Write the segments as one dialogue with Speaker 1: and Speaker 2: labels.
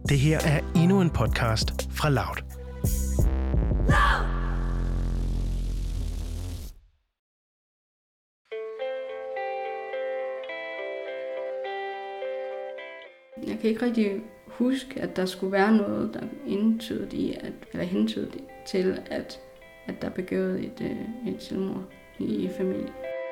Speaker 1: Det her er endnu en podcast fra Loud.
Speaker 2: Jeg kan ikke rigtig huske, at der skulle være noget, der hentydede til, at der begået et selvmord i familien.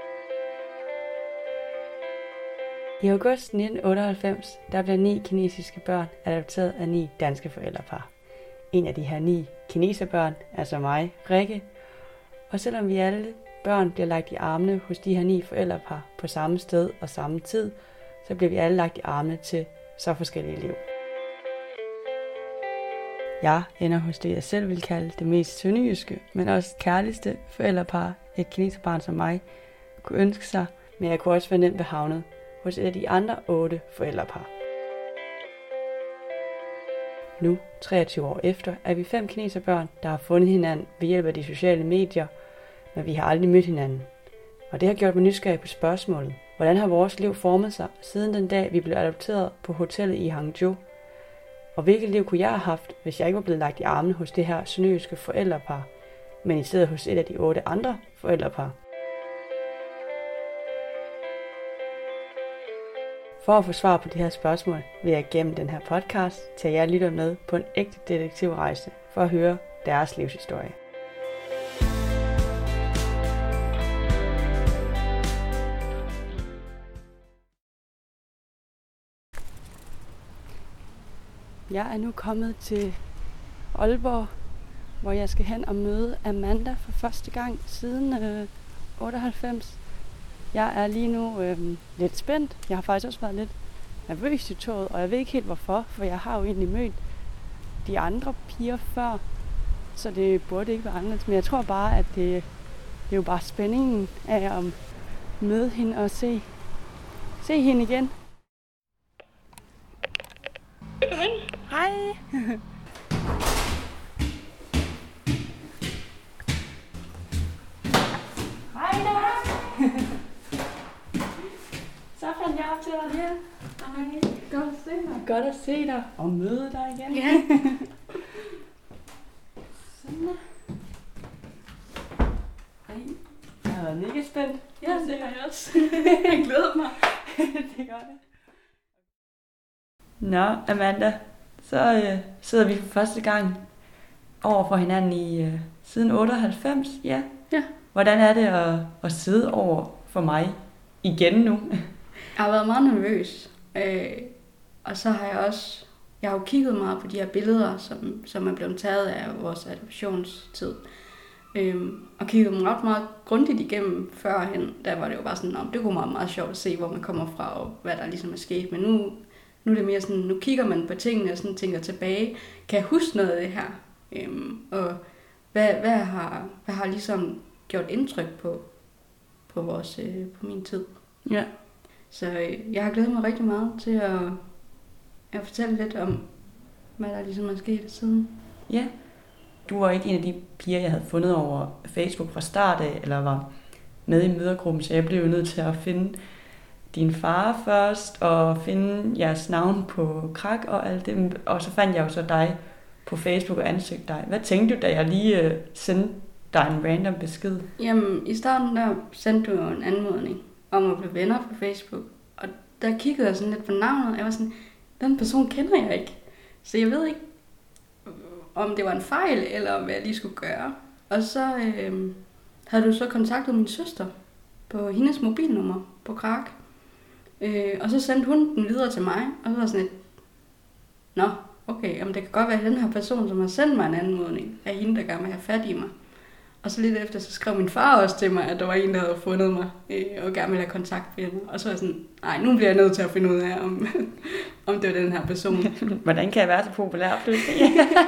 Speaker 3: I august 1998, der blev 9 kinesiske børn adopteret af 9 danske forældrepar. En af de her 9 kineserbørn er så mig, Rikke. Og selvom vi alle børn bliver lagt i armene hos de her 9 forældrepar på samme sted og samme tid, så bliver vi alle lagt i armene til så forskellige liv. Jeg ender hos det, jeg selv vil kalde det mest sønderjyske, men også kærligste forældrepar, et kineserbarn som mig, kunne ønske sig, men jeg kunne også være nemt ved havnet hos et af de andre 8 forældrepar. Nu, 23 år efter, er vi 5 kineserbørn, der har fundet hinanden ved hjælp af de sociale medier, men vi har aldrig mødt hinanden. Og det har gjort mig nysgerrig på spørgsmålet. Hvordan har vores liv formet sig siden den dag, vi blev adopteret på hotellet i Hangzhou? Og hvilket liv kunne jeg have haft, hvis jeg ikke var blevet lagt i armene hos det her sønderjyske forældrepar, men i stedet hos et af de 8 andre forældrepar? For at få svar på de her spørgsmål, vil jeg gennem den her podcast tage jer lytter med på en ægte detektivrejse for at høre deres livshistorie. Jeg er nu kommet til Aalborg, hvor jeg skal hen og møde Amanda for første gang siden 98. Jeg er lige nu lidt spændt. Jeg har faktisk også været lidt nervøs i toget, og jeg ved ikke helt hvorfor, for jeg har jo egentlig mødt de andre piger før, så det burde ikke være anderledes. Men jeg tror bare, at det er jo bare spændingen af at møde hende og se hende igen. Hej! Hej der! Så fandt jeg op til dig.
Speaker 2: Ja, hej. Godt at se dig.
Speaker 3: Godt at se dig og møde dig igen.
Speaker 2: Ja.
Speaker 3: Sådan der. Ej, jeg har været mega spændt.
Speaker 2: Ja, det har jeg også. Jeg glæder mig.
Speaker 3: Det gør det. Nå, Amanda, så sidder vi for første gang over for hinanden i siden 98, ja.
Speaker 2: Ja.
Speaker 3: Hvordan er det at sidde over for mig igen nu?
Speaker 2: Jeg har været meget nervøs, og så har jeg har jo kigget meget på de her billeder, som er blevet taget af vores adoptionstid, og kigget dem ret meget grundigt igennem førhen. Der var det jo bare sådan, det kunne være meget sjovt at se, hvor man kommer fra og hvad der ligesom er sket, men nu er det mere sådan, nu kigger man på tingene og sådan tænker tilbage, kan jeg huske noget af det her, og hvad har ligesom gjort indtryk på min tid.
Speaker 3: Ja.
Speaker 2: Så jeg har glædet mig rigtig meget til at fortælle lidt om, hvad der ligesom er sket siden.
Speaker 3: Ja. Du var ikke en af de piger, jeg havde fundet over Facebook fra start af, eller var med i mødergruppen, så jeg blev jo nødt til at finde din far først, og finde jeres navn på Krak og alt det, og så fandt jeg jo så dig på Facebook og ansøgte dig. Hvad tænkte du, da jeg lige sendte dig en random besked?
Speaker 2: Jamen, i starten der sendte du en anmodning om at blive venner på Facebook, og der kiggede jeg sådan lidt på navnet, og jeg var sådan, den person kender jeg ikke, så jeg ved ikke, om det var en fejl, eller hvad jeg lige skulle gøre. Og så havde du så kontaktet min søster på hendes mobilnummer på Krak, og så sendte hun den videre til mig, og så var sådan et, nå, okay, jamen det kan godt være den her person, som har sendt mig en anmodning, er hende, der gerne vil have fat i mig. Og så lidt efter, så skrev min far også til mig, at der var en, der havde fundet mig, og gerne ville have kontakt med mig. Og så var jeg sådan, nej, nu bliver jeg nødt til at finde ud af, om det var den her person.
Speaker 3: Hvordan kan jeg være så populær pludselig?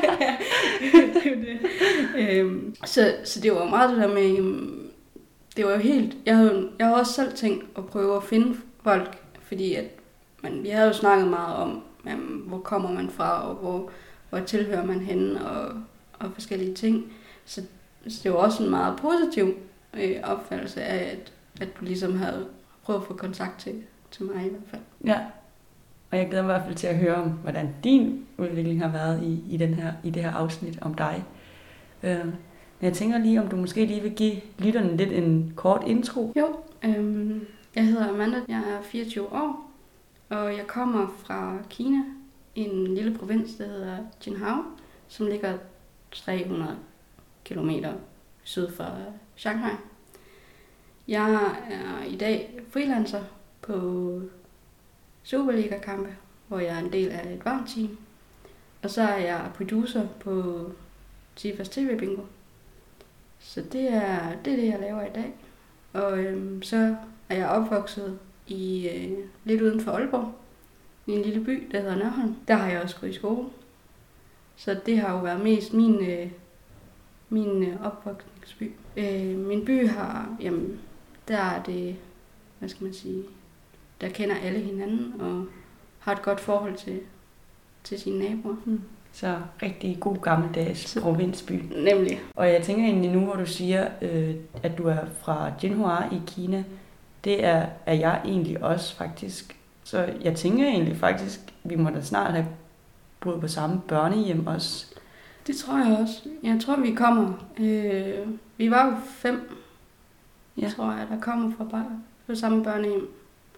Speaker 2: Så det var meget det der med, det var jo helt, jeg har også selv tænkt at prøve at finde folk, fordi at vi havde jo snakket meget om, hvor kommer man fra, og hvor tilhører man henne, og forskellige ting. Så det var også en meget positiv opfattelse af, at du ligesom havde prøvet at få kontakt til mig i hvert fald.
Speaker 3: Ja, og
Speaker 4: Og jeg glæder mig i hvert fald til at høre om, hvordan din udvikling har været i det her afsnit om dig. Men jeg tænker lige, om du måske lige vil give lytterne lidt en kort intro.
Speaker 2: Jo, jeg hedder Amanda, jeg er 24 år, og jeg kommer fra Kina, en lille provins, der hedder Jinhao, som ligger 300 kilometer syd for Shanghai. Jeg er i dag freelancer på Superliga-kampe, hvor jeg er en del af et varmteam. Og så er jeg producer på Tifas TV Bingo. Så det er det, jeg laver i dag. Og så er jeg opvokset i lidt uden for Aalborg, i en lille by, der hedder Nørholm. Der har jeg også gået i skole. Så det har jo været mest min opvoksningsby. Min by har, der er det, hvad skal man sige, der kender alle hinanden og har et godt forhold til sine naboer.
Speaker 4: Så rigtig god gammeldags provinsby.
Speaker 2: Nemlig.
Speaker 4: Og jeg tænker egentlig nu, hvor du siger, at du er fra Jinhua i Kina, det er jeg egentlig også faktisk. Så jeg tænker egentlig faktisk, vi må da snart have boet på samme børnehjem også.
Speaker 2: Det tror jeg også. Jeg tror, vi kommer. Vi var jo 5, tror jeg, der kommer fra samme børnehjem.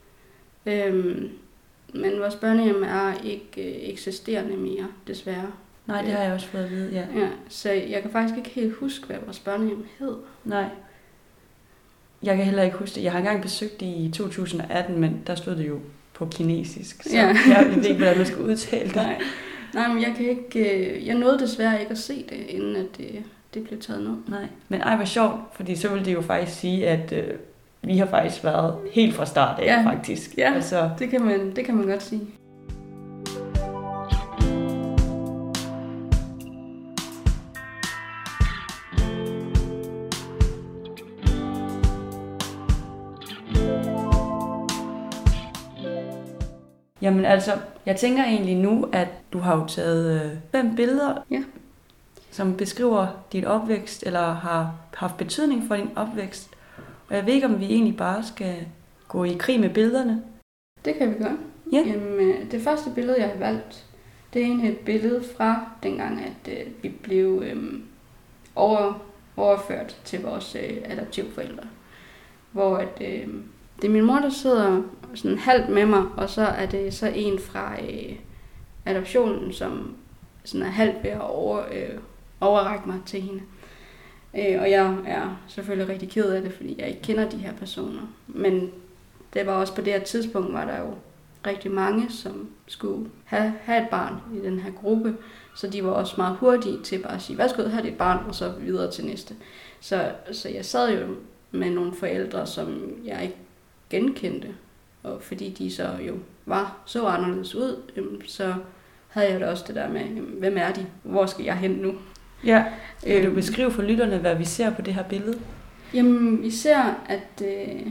Speaker 2: Men vores børnehjem er ikke eksisterende mere, desværre.
Speaker 4: Nej, det har jeg også fået at vide, ja.
Speaker 2: Så jeg kan faktisk ikke helt huske, hvad vores børnehjem hed.
Speaker 4: Nej. Jeg kan heller ikke huske det. Jeg har engang besøgt det i 2018, men der stod det jo på kinesisk, så jeg ved ikke, hvordan man skal udtale det.
Speaker 2: Nej, men jeg nåede desværre ikke at se det, inden at det blev taget ned.
Speaker 4: Nej, men hvor sjovt, fordi så vil det jo faktisk sige, at vi har faktisk været helt fra start af, faktisk.
Speaker 2: Ja, altså, det kan man godt sige.
Speaker 4: Jamen altså, jeg tænker egentlig nu, at du har jo taget 5 billeder, som beskriver din opvækst, eller har haft betydning for din opvækst. Og jeg ved ikke, om vi egentlig bare skal gå i krig med billederne.
Speaker 2: Det kan vi gøre.
Speaker 4: Ja.
Speaker 2: Jamen, det første billede, jeg har valgt, det er egentlig et billede fra dengang, at vi blev overført til vores adoptivforældre. Hvor det er min mor, der sidder sådan halvt med mig, og så er det så en fra adoptionen, som sådan er halvt ved at overrække mig til hende. Og jeg er selvfølgelig rigtig ked af det, fordi jeg ikke kender de her personer. Men det var også på det her tidspunkt, var der jo rigtig mange, som skulle have et barn i den her gruppe. Så de var også meget hurtige til bare at sige, værsgo, her er dit barn, og så videre til næste. Så jeg sad jo med nogle forældre, som jeg ikke genkendte. Og fordi de så jo så anderledes ud, så havde jeg da også det der med, hvem er de? Hvor skal jeg hen nu?
Speaker 4: Ja, vil du beskrive for lytterne, hvad vi ser på det her billede?
Speaker 2: Jamen, vi ser, at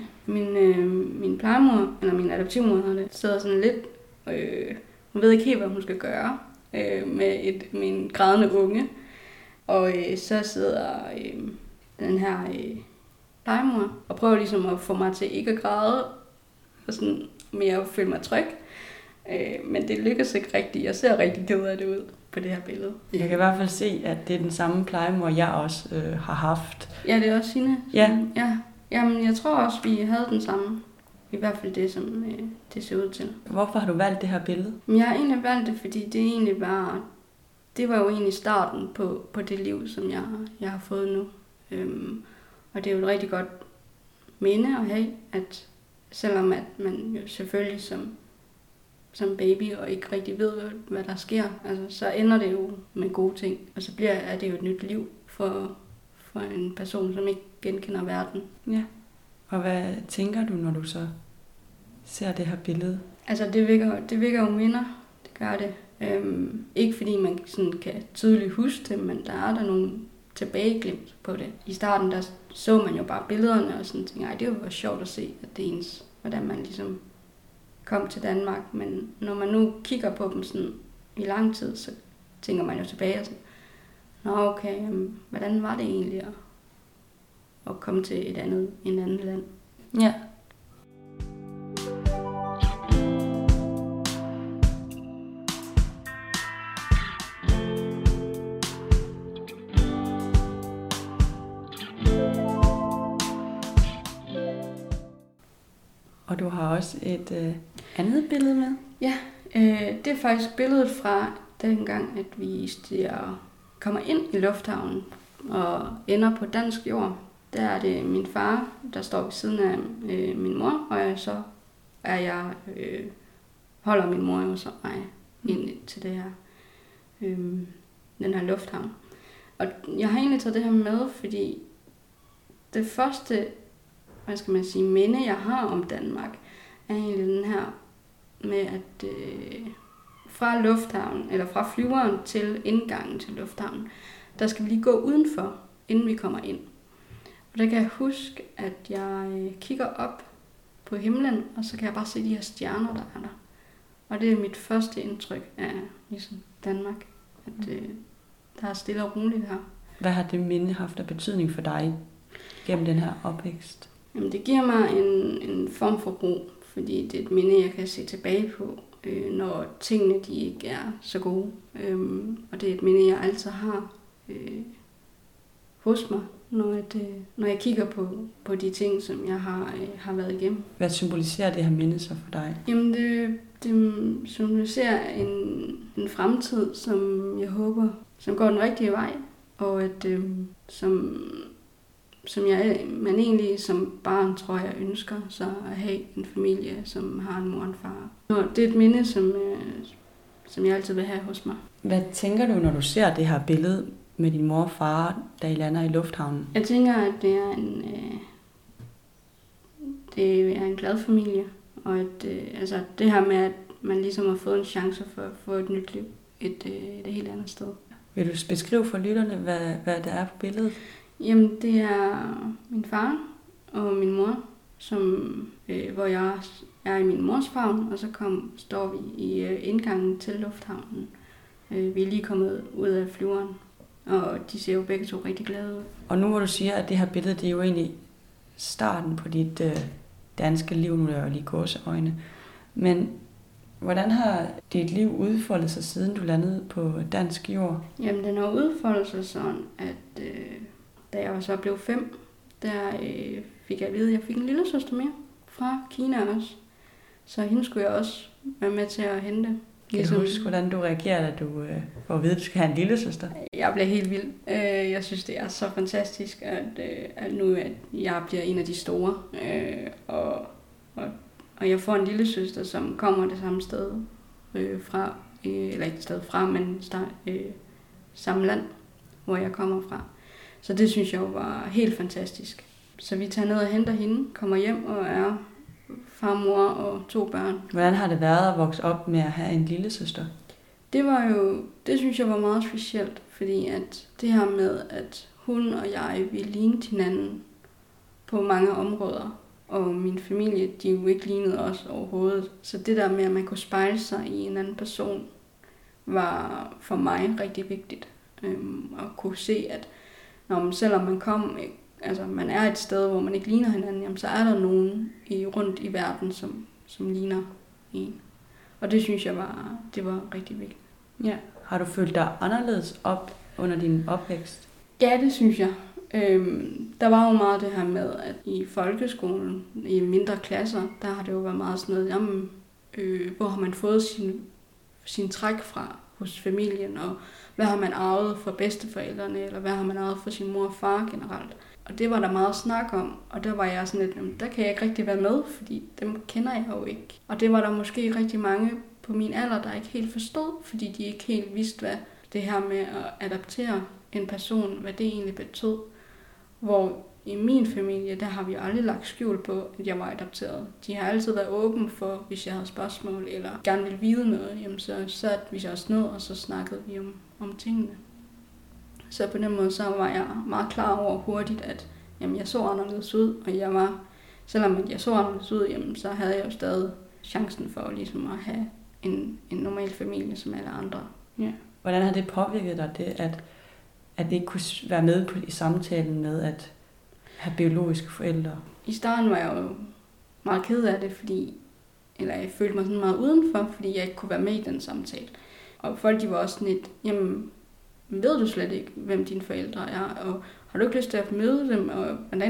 Speaker 2: min plejemor, eller min adoptivmor, sidder sådan lidt, hun ved ikke helt, hvad hun skal gøre med en grædende unge. Og så sidder den her plejemor og prøver ligesom at få mig til ikke at græde, og sådan mere at føle mig tryg. Men det lykkes ikke rigtigt. Jeg ser rigtig ked af det ud på det her billede.
Speaker 4: Jeg kan i hvert fald se, at det er den samme plejemor, jeg også har haft.
Speaker 2: Ja, det er også hende.
Speaker 4: Ja.
Speaker 2: Jamen, jeg tror også, vi havde den samme. I hvert fald det, som det ser ud til.
Speaker 4: Hvorfor har du valgt det her billede?
Speaker 2: Jeg har egentlig valgt det, fordi det var jo egentlig starten på det liv, som jeg har fået nu. Og det er jo et rigtig godt minde at have, at selvom at man jo selvfølgelig som baby og ikke rigtig ved, hvad der sker, altså, så ender det jo med gode ting. Og så er det jo et nyt liv for en person, som ikke genkender verden.
Speaker 4: Ja. Og hvad tænker du, når du så ser det her billede?
Speaker 2: Altså, det vækker jo minder. Det gør det. Ikke fordi man sådan kan tydeligt huske det, men der er nogle tilbageglimt på det. I starten, der så man jo bare billederne og sådan tænkte, det var sjovt at se, at det er ens, hvordan man ligesom kom til Danmark. Men når man nu kigger på dem sådan i lang tid, så tænker man jo tilbage og sådan, okay, hvordan var det egentlig at komme til et andet land?
Speaker 4: Ja. Og du har også et andet billede med.
Speaker 2: Ja, det er faktisk billedet fra dengang, at jeg kommer ind i lufthavnen og ender på dansk jord. Der er det min far, der står ved siden af min mor, og så holder min mor jo så mig ind til det her, den her lufthavn. Og jeg har egentlig taget det her med, fordi det første, minde jeg har om Danmark, er egentlig den her med, at fra lufthavnen, eller fra flyveren til indgangen til lufthavnen, der skal vi lige gå udenfor, inden vi kommer ind. Og der kan jeg huske, at jeg kigger op på himlen, og så kan jeg bare se de her stjerner, der er der. Og det er mit første indtryk af ligesom Danmark, at der er stille og roligt her.
Speaker 4: Hvad har det minde haft af betydning for dig gennem den her opvækst?
Speaker 2: Jamen, det giver mig en form for ro, fordi det er et minde, jeg kan se tilbage på, når tingene de ikke er så gode. Og det er et minde, jeg altid har hos mig, når jeg kigger på de ting, som jeg har været igennem.
Speaker 4: Hvad symboliserer det her minde så for dig?
Speaker 2: Jamen, det symboliserer en fremtid, som jeg håber, som går den rigtige vej, og at man egentlig som barn, tror jeg, ønsker så at have en familie, som har en mor og en far. Og det er et minde, som jeg altid vil have hos mig.
Speaker 4: Hvad tænker du, når du ser det her billede med din mor og far, da I lander i lufthavnen?
Speaker 2: Jeg tænker, at det er en glad familie, og at det her med, at man ligesom har fået en chance for at få et nyt liv et helt andet sted.
Speaker 4: Vil du beskrive for lytterne, hvad det er på billedet?
Speaker 2: Jamen, det er min far og min mor, hvor jeg er i min mors favn, og så står vi i indgangen til lufthavnen. Vi er lige kommet ud af flyveren, og de ser jo begge to rigtig glade ud.
Speaker 4: Og nu hvor du siger, at det her billede, det er jo egentlig starten på dit danske liv, nu er jeg jo lige gåseøjne. Men hvordan har dit liv udfoldet sig, siden du landede på dansk jord?
Speaker 2: Jamen, den har udfoldet sig sådan, at da jeg så blev 5, der fik jeg at vide, at jeg fik en lille søster mere fra Kina også. Så hende skulle jeg også være med til at hente.
Speaker 4: Kan du huske, hvordan du reagerede, da du får at vide, at du skal have en lille søster?
Speaker 2: Jeg blev helt vild. Jeg synes, det er så fantastisk, at nu at jeg bliver en af de store. Og jeg får en lille søster, som kommer det samme sted fra, eller ikke et sted fra, men samme land, hvor jeg kommer fra. Så det synes jeg jo var helt fantastisk. Så vi tager ned og henter hende, kommer hjem og er far, mor og 2 børn. Hvordan
Speaker 4: har det været at vokse op med at have en lille søster?
Speaker 2: Det synes jeg var meget specielt, fordi at det her med, at hun og jeg, vi lignede hinanden på mange områder, og min familie, de jo ikke lignede os overhovedet. Så det der med, at man kunne spejle sig i en anden person, var for mig rigtig vigtigt. At kunne se, at selvom man er et sted, hvor man ikke ligner hinanden, jamen, så er der nogen rundt i verden, som ligner en. Og det synes jeg var rigtig vigtigt.
Speaker 4: Ja. Har du følt dig anderledes op under din opvækst?
Speaker 2: Ja, det synes jeg. Der var jo meget det her med, at i folkeskolen, i mindre klasser, der har det jo været meget sådan noget, jamen, hvor har man fået sin træk fra hos familien, og hvad har man arvet fra bedsteforældrene, eller hvad har man arvet fra sin mor og far generelt. Og det var der meget snak om, og der var jeg sådan lidt, der kan jeg ikke rigtig være med, fordi dem kender jeg jo ikke. Og det var der måske rigtig mange på min alder, der ikke helt forstod, fordi de ikke helt vidste, hvad det her med at adoptere en person, hvad det egentlig betød. Hvor i min familie, der har vi aldrig lagt skjul på, at jeg var adopteret. De har altid været åbne for, hvis jeg havde spørgsmål, eller gerne ville vide noget, jamen så satte vi os ned, og så snakkede vi om tingene. Så på den måde, så var jeg meget klar over hurtigt, at jamen, jeg så anderledes ud, og selvom jeg så anderledes ud, jamen, så havde jeg jo stadig chancen for ligesom at have en normal familie som alle andre. Ja.
Speaker 4: Hvordan har det påvirket dig, at det ikke kunne være med i samtalen med at have biologiske forældre?
Speaker 2: I starten var jeg jo meget ked af det, jeg følte mig sådan meget udenfor, fordi jeg ikke kunne være med i den samtale. Og folk de var også sådan lidt, jamen, ved du slet ikke, hvem dine forældre er, og har du ikke lyst til at møde dem, og hvordan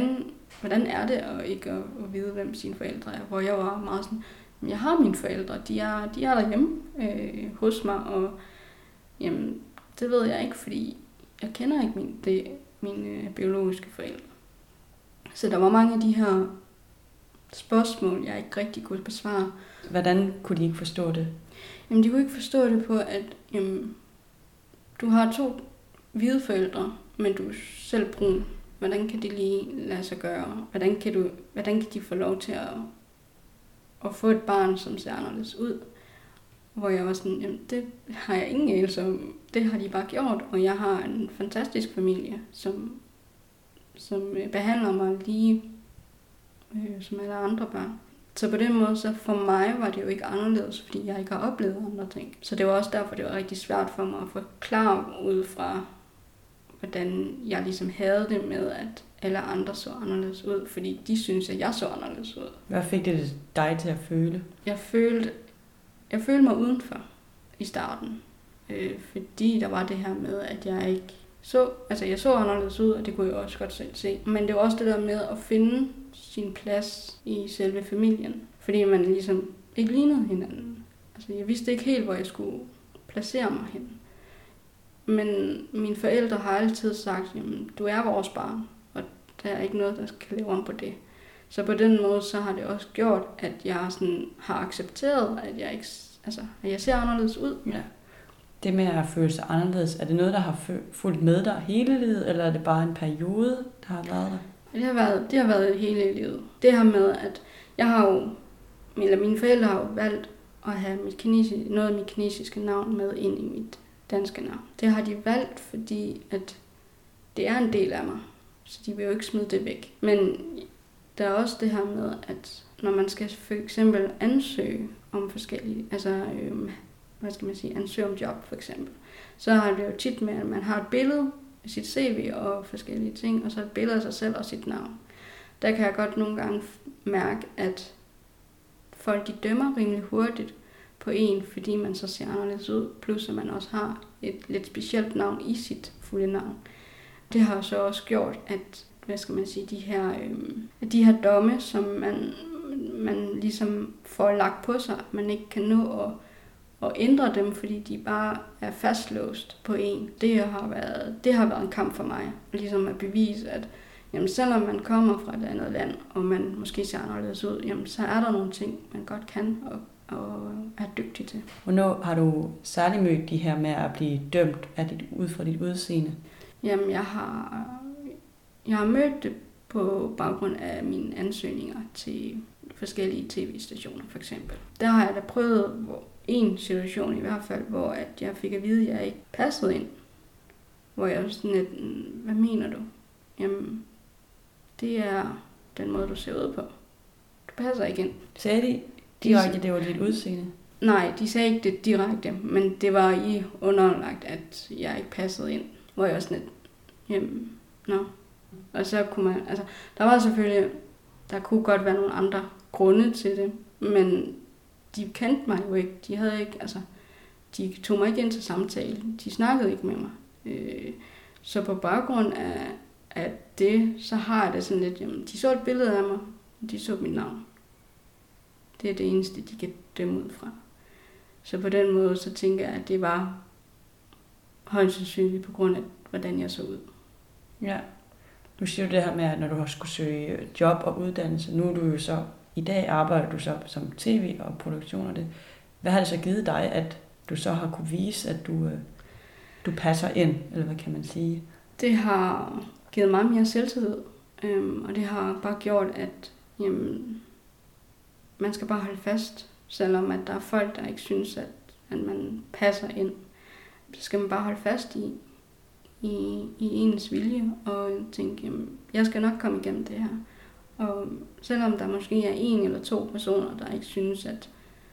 Speaker 2: hvordan er det at ikke at vide, hvem sine forældre er? Hvor jeg var meget sådan, jeg har mine forældre, de er derhjemme hos mig, og jamen, det ved jeg ikke, fordi jeg kender ikke mine biologiske forældre. Så der var mange af de her spørgsmål, jeg ikke rigtig kunne besvare.
Speaker 4: Hvordan kunne de ikke forstå det?
Speaker 2: Jamen, de kunne ikke forstå det på, at du har 2 hvide forældre, men du er selv brun. Hvordan kan det lige lade sig gøre? Hvordan kan de få lov til at få et barn, som ser anderledes ud? Hvor jeg var sådan, jamen, det har jeg ingen anelse om. Det har de bare gjort, og jeg har en fantastisk familie, som behandler mig lige som alle andre børn. Så på den måde, så for mig var det jo ikke anderledes, fordi jeg ikke har oplevet andre ting. Så det var også derfor, det var rigtig svært for mig at forklare ud fra, hvordan jeg ligesom havde det med, at alle andre så anderledes ud, fordi de synes, at jeg så anderledes ud.
Speaker 4: Hvad fik det dig til at føle?
Speaker 2: Jeg følte mig udenfor i starten, fordi der var det her med, at jeg ikke jeg så anderledes ud, og det kunne jeg også godt selv se. Men det var også det der med at finde sin plads i selve familien, fordi man ligesom ikke lignede hinanden. Altså, jeg vidste ikke helt, hvor jeg skulle placere mig hen. Men mine forældre har altid sagt, jamen, du er vores barn, og der er ikke noget, der kan leve om på det. Så på den måde, så har det også gjort, at jeg sådan har accepteret, at jeg ikke, at jeg ser anderledes ud.
Speaker 4: Ja. Det med at føle sig anderledes, er det noget, der har fulgt med dig hele livet, eller er det bare en periode, der har været der?
Speaker 2: Det har været hele livet. Det her med, at mine forældre har jo valgt at have noget af mit kinesiske navn med ind i mit danske navn. Det har de valgt, fordi at det er en del af mig, så de vil jo ikke smide det væk. Men der er også det her med, at når man skal for eksempel ansøge om forskellige, ansøge om job for eksempel, så har det jo tit med, at man har et billede af sit CV og forskellige ting, og så et billede af sig selv og sit navn. Der kan jeg godt nogle gange mærke, at folk de dømmer rimelig hurtigt på en, fordi man så ser anderledes ud, plus at man også har et lidt specielt navn i sit fulde navn. Det har så også gjort, at de her domme, som man ligesom får lagt på sig, at man ikke kan nå at ændre dem, fordi de bare er fastlåst på en. Det har været en kamp for mig, ligesom at bevise, at jamen, selvom man kommer fra et andet land, og man måske ser anderledes ud, jamen, så er der nogle ting, man godt kan og er dygtig til.
Speaker 4: Hvornår har du særligt mødt de her med at blive dømt ud fra dit udseende?
Speaker 2: Jamen, jeg har mødt det på baggrund af mine ansøgninger til forskellige tv-stationer, for eksempel. Der har jeg da prøvet en situation i hvert fald, hvor at jeg fik at vide, at jeg ikke passede ind. Hvor jeg var sådan lidt, hvad mener du? Jamen, det er den måde, du ser ud på. Du passer ikke ind.
Speaker 4: Sagde de direkte, det var dit udseende?
Speaker 2: Nej, de sagde ikke det direkte, men det var i underlagt, at jeg ikke passede ind. Hvor jeg var sådan lidt, jamen, nå. Og så kunne man, der var selvfølgelig, der kunne godt være nogle andre grunde til det, men de kendte mig jo ikke. De havde ikke, de tog mig ikke ind til samtale. De snakkede ikke med mig. Så på baggrund af det, så har jeg det sådan lidt, jamen, de så et billede af mig, og de så mit navn. Det er det eneste, de kan dømme ud fra. Så på den måde, så tænker jeg, at det var højst sandsynligt på grund af, hvordan jeg så ud.
Speaker 4: Ja. Nu siger du det her med, at når du har skulle søge job og uddannelse, nu er du jo så, i dag arbejder du så som tv og produktion og det. Hvad har det så givet dig, at du så har kunne vise, at du passer ind, eller hvad kan man sige?
Speaker 2: Det har givet mig mere selvtillid, og det har bare gjort, at jamen, man skal bare holde fast, selvom at der er folk, der ikke synes, at man passer ind. Så skal man bare holde fast i ens vilje og tænke, jamen, jeg skal nok komme igennem det her. Og selvom der måske er 1 eller 2 personer, der ikke synes, at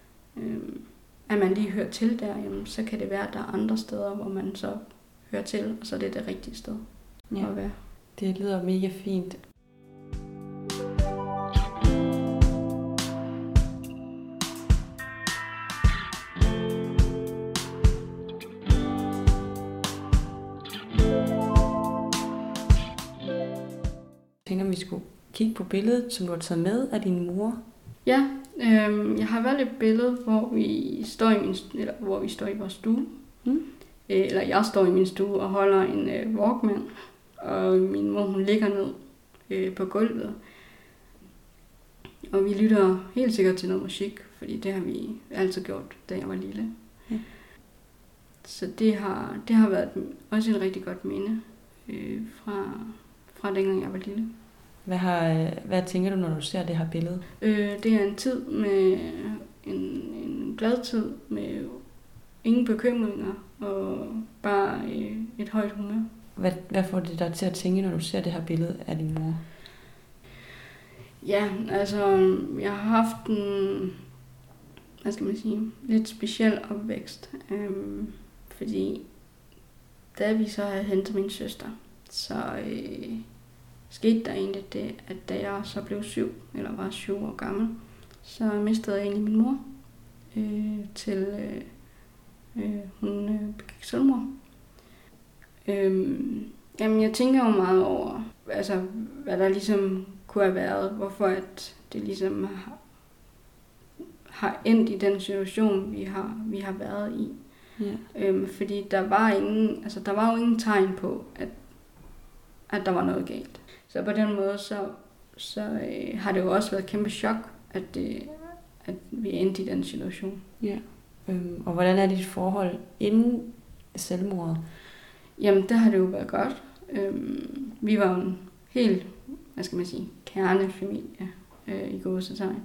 Speaker 2: man lige hører til der, jamen, så kan det være, at der er andre steder, hvor man så hører til, og så er det det rigtige sted at være.
Speaker 4: Det lyder mega fint. Jeg tænker, vi skulle kigge på billedet, som du har taget med af din mor?
Speaker 2: Ja, jeg har valgt et billede, hvor vi står i vores stue. Eller jeg står i min stue og holder en Walkman, og min mor hun ligger ned på gulvet. Og vi lytter helt sikkert til noget musik, fordi det har vi altid gjort, da jeg var lille. Ja. Så det har været også et rigtig godt minde fra dengang jeg var lille.
Speaker 4: Hvad tænker du, når du ser det her billede?
Speaker 2: Det er en tid med en glad tid med ingen bekymringer og bare et højt humør.
Speaker 4: Hvad får det dig til at tænke, når du ser det her billede af din mor?
Speaker 2: Ja, altså jeg har haft en, lidt speciel opvækst. Fordi da vi så havde hentet min søster, så skete der egentlig det, at da jeg så blev 7 år gammel, så mistede jeg egentlig min mor til hun begik selvmord. Jamen jeg tænker jo meget over, altså hvad der ligesom kunne have været, hvorfor at det ligesom har endt i den situation, vi har været i. Ja. Fordi der var jo ingen tegn på, at der var noget galt. Så på den måde, så har det jo også været et kæmpe chok, at vi endte i den situation.
Speaker 4: Ja. Og hvordan er dit forhold inden selvmordet?
Speaker 2: Jamen, der har det jo været godt. Vi var jo en helt, kernefamilie i gåsetegn.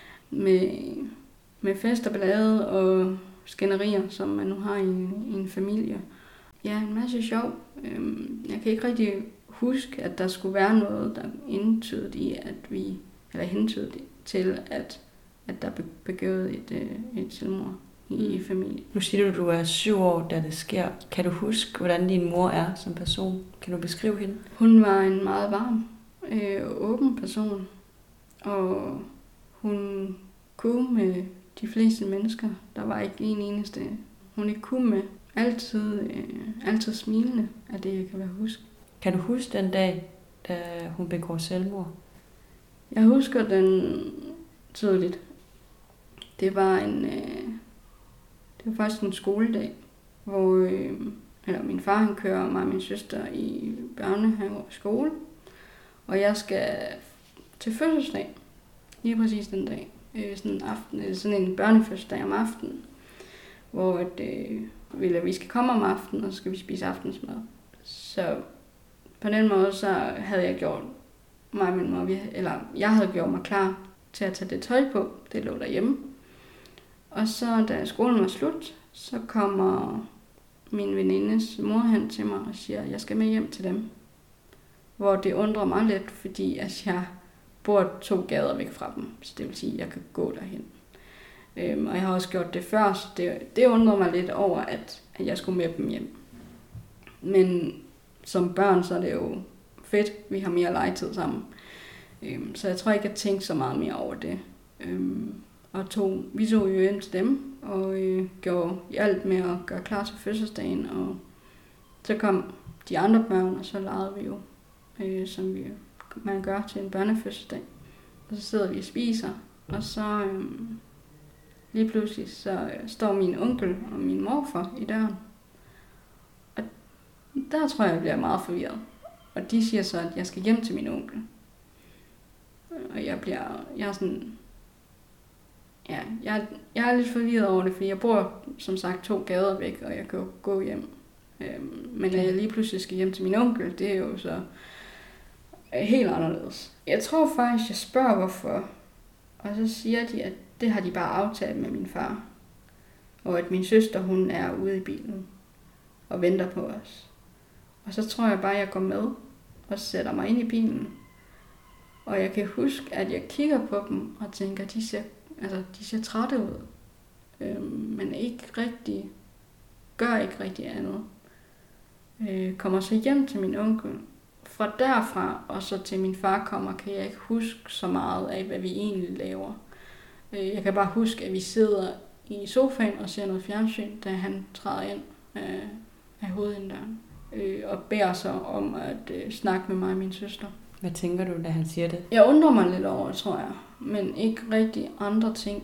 Speaker 2: Med fest og ballade og skænderier, som man nu har i en familie. Ja, en masse sjov. Jeg kan ikke rigtig huske, at der skulle være noget, der hentydede til, at der begået et selvmord i familien.
Speaker 4: Nu siger du, at du er 7 år, da det sker. Kan du huske, hvordan din mor er som person? Kan du beskrive hende? Hun
Speaker 2: var en meget varm og åben person, og hun kunne med de fleste mennesker. Der var ikke en eneste, hun ikke kunne med. Altid smilende, er det, jeg kan huske.
Speaker 4: Kan du huske den dag, da hun begår selvmord?
Speaker 2: Jeg husker den tydeligt. Det var faktisk en skoledag, hvor min far han kører mig og min søster i børnehave og skole, og jeg skal til fødselsdag lige præcis den dag. Sådan en børnefødselsdag om aftenen, hvor vi skal komme om aftenen, og så skal vi spise aftensmad. Så på den måde, så havde jeg gjort jeg havde gjort mig klar til at tage det tøj på. Det lå derhjemme. Og så da skolen var slut, så kommer min venindes mor hen til mig og siger, at jeg skal med hjem til dem. Hvor det undrer mig lidt, fordi at jeg bor 2 gader væk fra dem. Så det vil sige, at jeg kan gå derhen. Og jeg har også gjort det før, så det undrede mig lidt over, at jeg skulle med dem hjem. Men som børn, så er det jo fedt. Vi har mere legetid sammen. Så jeg tror ikke, jeg tænkte så meget mere over det. Vi tog jo hjem til dem, og gjorde alt med at gøre klar til fødselsdagen. Og så kom de andre børn, og så legede vi jo, som man gør til en børnefødselsdag. Og så sidder vi og spiser, og så lige pludselig så står min onkel og min morfar i døren. Og der tror jeg bliver meget forvirret. Og de siger så, at jeg skal hjem til min onkel. Og jeg er sådan... Ja, jeg er lidt forvirret over det, fordi jeg bor som sagt 2 gader væk, og jeg kan jo gå hjem. Men når jeg lige pludselig skal hjem til min onkel, det er jo så helt anderledes. Jeg tror faktisk, jeg spørger hvorfor. Og så siger de, at det har de bare aftalt med min far. Og at min søster, hun er ude i bilen og venter på os. Og så tror jeg bare, at jeg går med og sætter mig ind i bilen. Og jeg kan huske, at jeg kigger på dem og tænker, at de ser trætte ud. Men gør ikke rigtig andet. Kommer så hjem til min onkel. Fra derfra og så til min far kommer, kan jeg ikke huske så meget af, hvad vi egentlig laver. Jeg kan bare huske, at vi sidder i sofaen og ser noget fjernsyn, da han træder ind af hovedindøren. Og beder sig om at snakke med mig og min søster.
Speaker 4: Hvad tænker du, da han siger det?
Speaker 2: Jeg undrer mig lidt over, tror jeg, men ikke rigtig andre ting.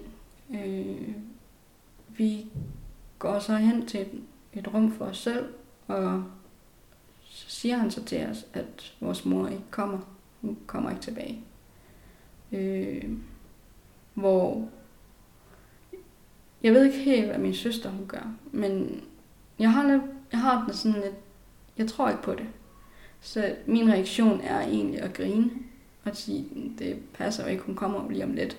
Speaker 2: Vi går så hen til et rum for os selv, og så siger han så til os, at vores mor ikke kommer. Hun kommer ikke tilbage. Hvor jeg ved ikke helt, hvad min søster hun gør, men jeg har det sådan lidt, jeg tror ikke på det. Så min reaktion er egentlig at grine og sige, det passer jo ikke, hun kommer lige om lidt.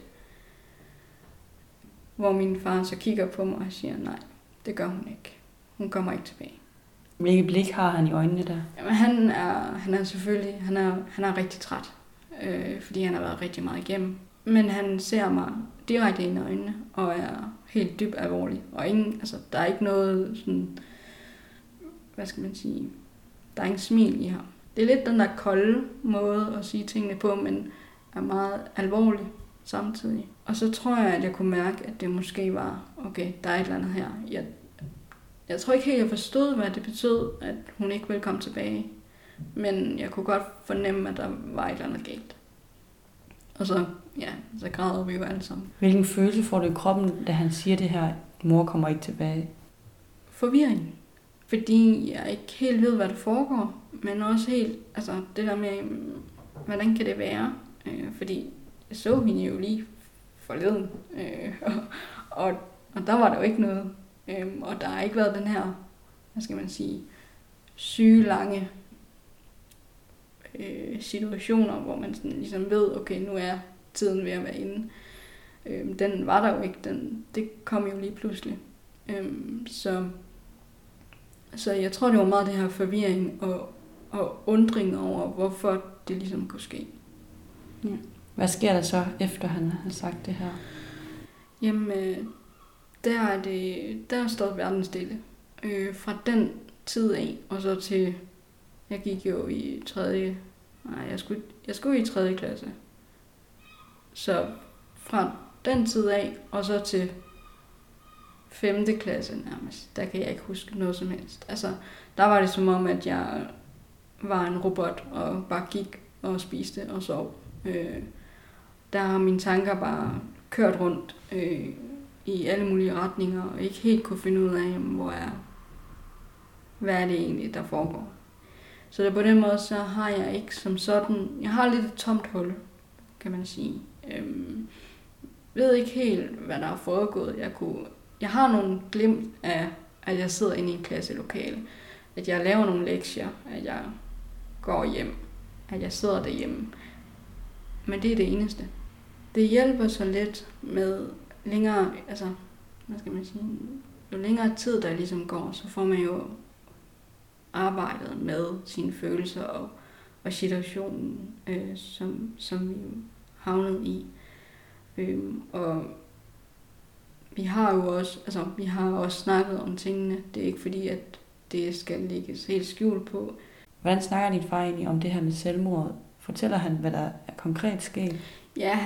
Speaker 2: Hvor min far så kigger på mig og siger, nej, det gør hun ikke. Hun kommer ikke tilbage.
Speaker 4: Hvilket blik har han i øjnene der?
Speaker 2: Jamen, han er selvfølgelig, han er rigtig træt, fordi han har været rigtig meget igennem. Men han ser mig direkte ind i øjnene og er helt dybt alvorlig. Og der er ikke noget sådan, hvad skal man sige, der er ingen smil i ham. Det er lidt den der kolde måde at sige tingene på, men er meget alvorlig samtidig. Og så tror jeg, at jeg kunne mærke, at det måske var, okay, der er et eller andet her. Jeg tror ikke helt, jeg forstod, hvad det betød, at hun ikke ville komme tilbage. Men jeg kunne godt fornemme, at der var et eller andet galt. Og så græder vi jo alle sammen.
Speaker 4: Hvilken følelse får du i kroppen, da han siger det her, mor kommer ikke tilbage?
Speaker 2: Forvirring. Fordi jeg ikke helt ved, hvad der foregår. Men også helt, det der med, hvordan kan det være? Fordi jeg så hende jo lige forleden. Og der var der jo ikke noget. Og der har ikke været den her, hvad skal man sige, sygelange situationer, hvor man sådan ligesom ved, okay, nu er tiden ved at være inde. Den var der jo ikke, det kom jo lige pludselig. Så jeg tror, det var meget det her forvirring og undring over, hvorfor det ligesom kunne ske.
Speaker 4: Ja. Hvad sker der så, efter han har sagt det her?
Speaker 2: Jamen, der stod verden stille. Fra den tid af, og så til, jeg gik jo i jeg skulle i 3. klasse. Så fra den tid af, og så til 5. klasse nærmest, der kan jeg ikke huske noget som helst. Der var det som om, at jeg var en robot, og bare gik og spiste og sov. Der har mine tanker bare kørt rundt i alle mulige retninger, og ikke helt kunne finde ud af, hvad er det egentlig, der foregår. Så på den måde, så har jeg ikke som sådan, jeg har lidt et tomt hul, kan man sige. Ved ikke helt, hvad der er foregået. Jeg har nogle glimt af, at jeg sidder inde i en klasselokale, at jeg laver nogle lektier, at jeg går hjem, at jeg sidder derhjemme. Men det er det eneste. Det hjælper så lidt med længere, hvad skal man sige, jo længere tid der ligesom går, så får man jo arbejdet med sine følelser og situationen, som vi havnet i. Og vi har jo også snakket om tingene. Det er ikke fordi, at det skal lægges helt skjult på.
Speaker 4: Hvordan snakker din far egentlig om det her med selvmord? Fortæller han, hvad der er konkret sket?
Speaker 2: Ja,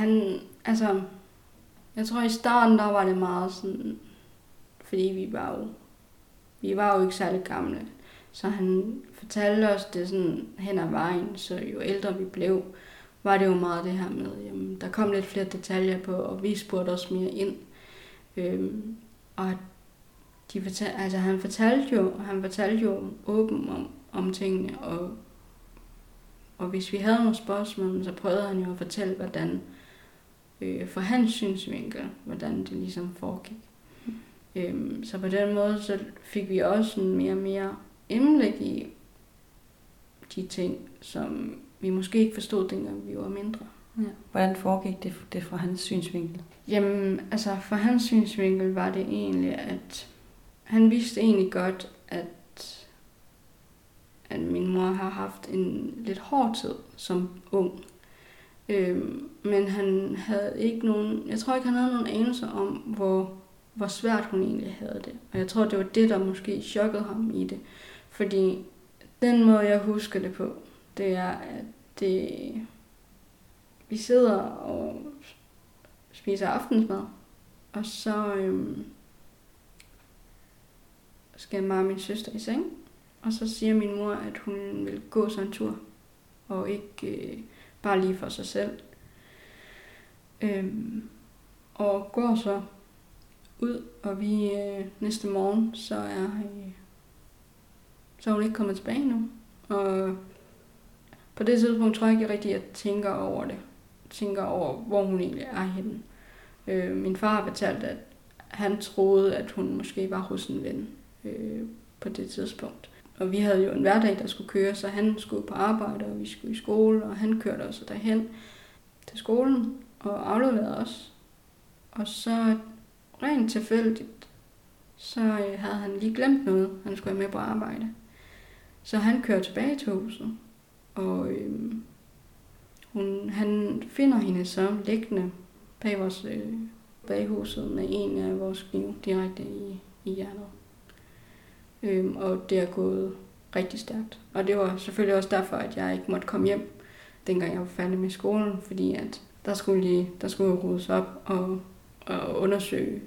Speaker 2: jeg tror i starten, der var det meget sådan, fordi vi var jo ikke særlig gamle. Så han fortalte os det sådan hen ad vejen, så jo ældre vi blev, var det jo meget det her med, jamen, der kom lidt flere detaljer på, og vi spurgte os mere ind. Og han fortalte jo åben om tingene, og hvis vi havde nogle spørgsmål, så prøvede han jo at fortælle, hvordan for hans synsvinkel, hvordan det ligesom foregik. Så på den måde, så fik vi også en mere og mere indblik i de ting, som vi måske ikke forstod, dengang vi var mindre.
Speaker 4: Ja. Hvordan foregik det fra hans synsvinkel?
Speaker 2: Jamen, fra hans synsvinkel var det egentlig, at han vidste egentlig godt, at min mor har haft en lidt hård tid som ung. Men han havde ikke jeg tror ikke, han havde nogen anelse om, hvor svært hun egentlig havde det. Og jeg tror, det var det, der måske chokkede ham i det. Fordi den måde, jeg husker det på, det er, at vi sidder og spiser aftensmad, og så skal mig og min søster i seng, og så siger min mor, at hun vil gå sådan en tur, og ikke bare lige for sig selv. Og går så ud, og vi næste morgen, så er hun ikke kommet tilbage nu. Og på det tidspunkt tror jeg ikke rigtig, at jeg tænker over det. Tænker over, hvor hun egentlig er henne. Min far har fortalt, at han troede, at hun måske var hos en ven på det tidspunkt. Og vi havde jo en hverdag, der skulle køre, så han skulle på arbejde, og vi skulle i skole, og han kørte også derhen til skolen og afleverede os. Og så rent tilfældigt, så havde han lige glemt noget, han skulle have med på arbejde. Så han kører tilbage til huset, og han finder hende så liggende bag vores baghuset med en af vores knive direkte i hjertet. Og det er gået rigtig stærkt. Og det var selvfølgelig også derfor, at jeg ikke måtte komme hjem, dengang jeg var færdig med skolen, fordi at der skulle ryddes op og undersøge,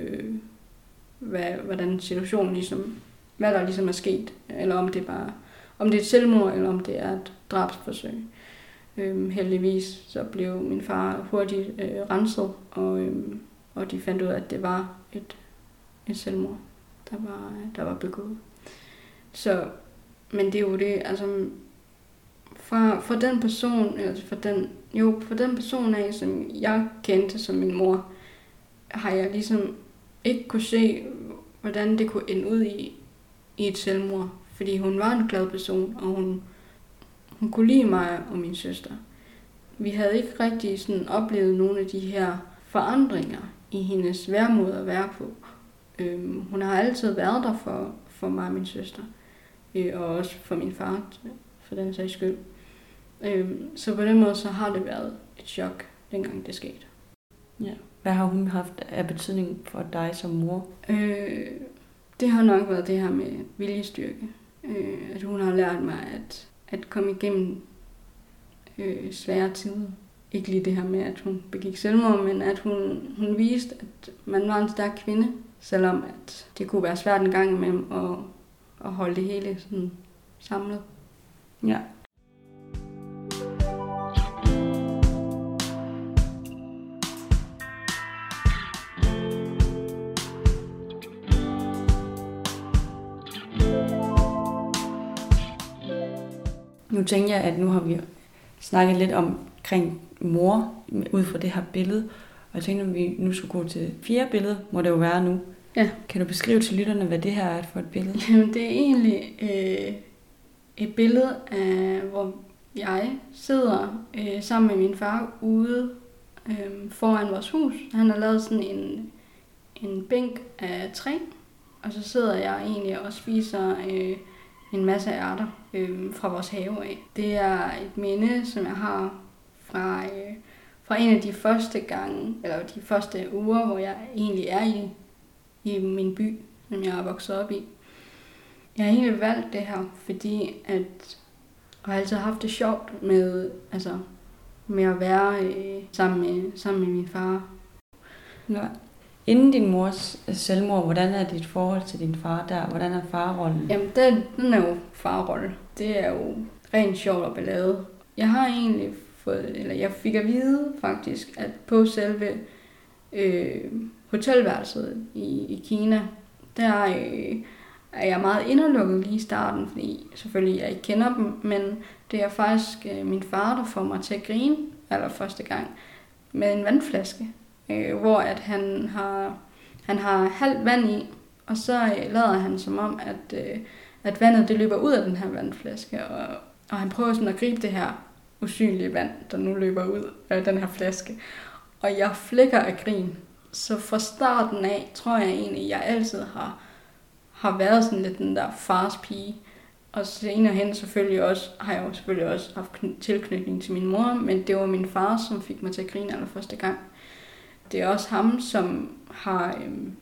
Speaker 2: hvordan situationen ligesom, hvad der ligesom er sket, eller om det er et selvmord, eller om det er et drabsforsøg. Heldigvis så blev min far hurtigt renset, og de fandt ud af, at det var et selvmord, der var begået. Så, men det er jo det, altså for den person, eller for den person af, som jeg kendte som min mor, har jeg ligesom ikke kunne se, hvordan det kunne ende ud i et selvmord. Fordi hun var en glad person, og hun kunne lide mig og min søster. Vi havde ikke rigtig sådan oplevet nogle af de her forandringer i hendes væremåde at være på. Hun har altid været der for mig og min søster, og også for min far, for den sags skyld. Så på den måde så har det været et chok, dengang det skete.
Speaker 4: Ja. Hvad har hun haft af betydning for dig som mor?
Speaker 2: Det har nok været det her med viljestyrke. At hun har lært mig at komme igennem svære tider. Ikke lige det her med, at hun begik selvmord, men at hun viste, at man var en stærk kvinde, selvom at det kunne være svært en gang imellem at holde det hele sådan samlet.
Speaker 4: Ja. Nu tænker jeg, at nu har vi snakket lidt omkring mor ud fra det her billede. Og jeg tænkte, at vi nu skulle gå til 4 billede, må det jo være nu.
Speaker 2: Ja.
Speaker 4: Kan du beskrive til lytterne, hvad det her er for et billede?
Speaker 2: Jamen, det er egentlig et billede af, hvor jeg sidder sammen med min far ude foran vores hus. Han har lavet sådan en bænk af træ, og så sidder jeg egentlig og spiser en masse ærter fra vores have af. Det er et minde, som jeg har fra en af de første gange, eller de første uger, hvor jeg egentlig er i min by, som jeg er vokset op i. Jeg har egentlig valgt det her, fordi jeg har altid haft det sjovt med at være sammen med min far.
Speaker 4: Ja. Inden din mors selvmord, hvordan er dit forhold til din far der? Hvordan er farrollen?
Speaker 2: Jamen, den er jo farrolle. Det er jo rent sjovt og ballade. Jeg har egentlig jeg fik at vide faktisk, at på selve hotelværelset i Kina, der er jeg meget inderlukket lige i starten, fordi selvfølgelig jeg ikke kender dem, men det er faktisk min far, der får mig til at grine allerførste gang med en vandflaske, hvor at han har halvt vand i, og så lader han som om, at vandet det løber ud af den her vandflaske, og han prøver sådan at gribe det her usynlige vand, der nu løber ud af den her flaske. Og jeg flækker af grin. Så fra starten af, tror jeg egentlig, jeg altid har været sådan lidt den der fars pige. Og senere hen har jeg selvfølgelig også haft tilknytning til min mor, men det var min far, som fik mig til at grine allerførste gang. Det er også ham, som har,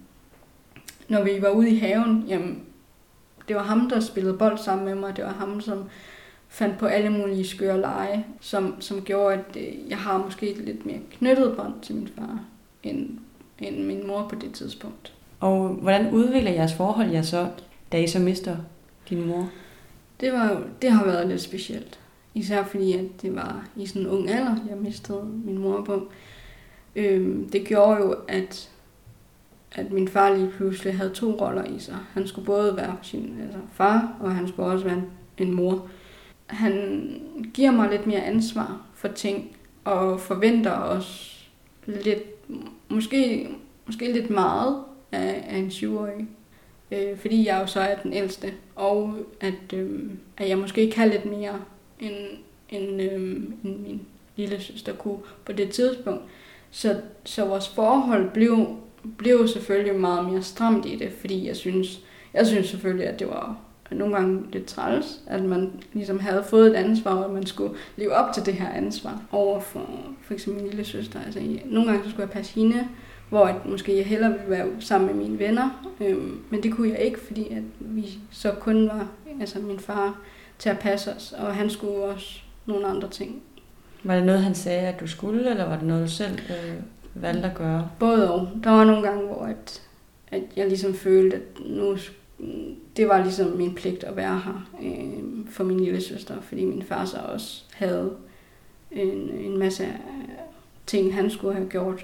Speaker 2: når vi var ude i haven, jamen, det var ham, der spillede bold sammen med mig. Det var ham, som fandt på alle mulige skøre lege, som gjorde, at jeg har måske et lidt mere knyttet bånd til min far, end min mor på det tidspunkt.
Speaker 4: Og hvordan udvikler jeres forhold så, da I så mister din mor?
Speaker 2: Det har været lidt specielt. Især fordi, at det var i sådan en ung alder, jeg mistede min mor på. Det gjorde jo, at min far lige pludselig havde 2 roller i sig. Han skulle både være sin far, og han skulle også være en mor. Han giver mig lidt mere ansvar for ting, og forventer også lidt, måske lidt meget af en 7-årig. Fordi jeg jo så er den ældste, og at jeg måske kan lidt mere, end min lille søster kunne på det tidspunkt. Så vores forhold blev selvfølgelig meget mere stramt i det, fordi jeg synes selvfølgelig, at det var nogle gange lidt træls, at man ligesom havde fået et ansvar, og man skulle leve op til det her ansvar over for eksempel min lille søster. Altså, nogle gange så skulle jeg passe hende, hvor at måske jeg hellere ville være sammen med mine venner, men det kunne jeg ikke, fordi at vi så kun var min far til at passe os, og han skulle også nogle andre ting.
Speaker 4: Var det noget, han sagde, at du skulle, eller var det noget, du selv valgte at gøre?
Speaker 2: Både og. Der var nogle gange, hvor at jeg ligesom følte, at nu det var ligesom min pligt at være her for min lille søster, fordi min far så også havde en masse ting, han skulle have gjort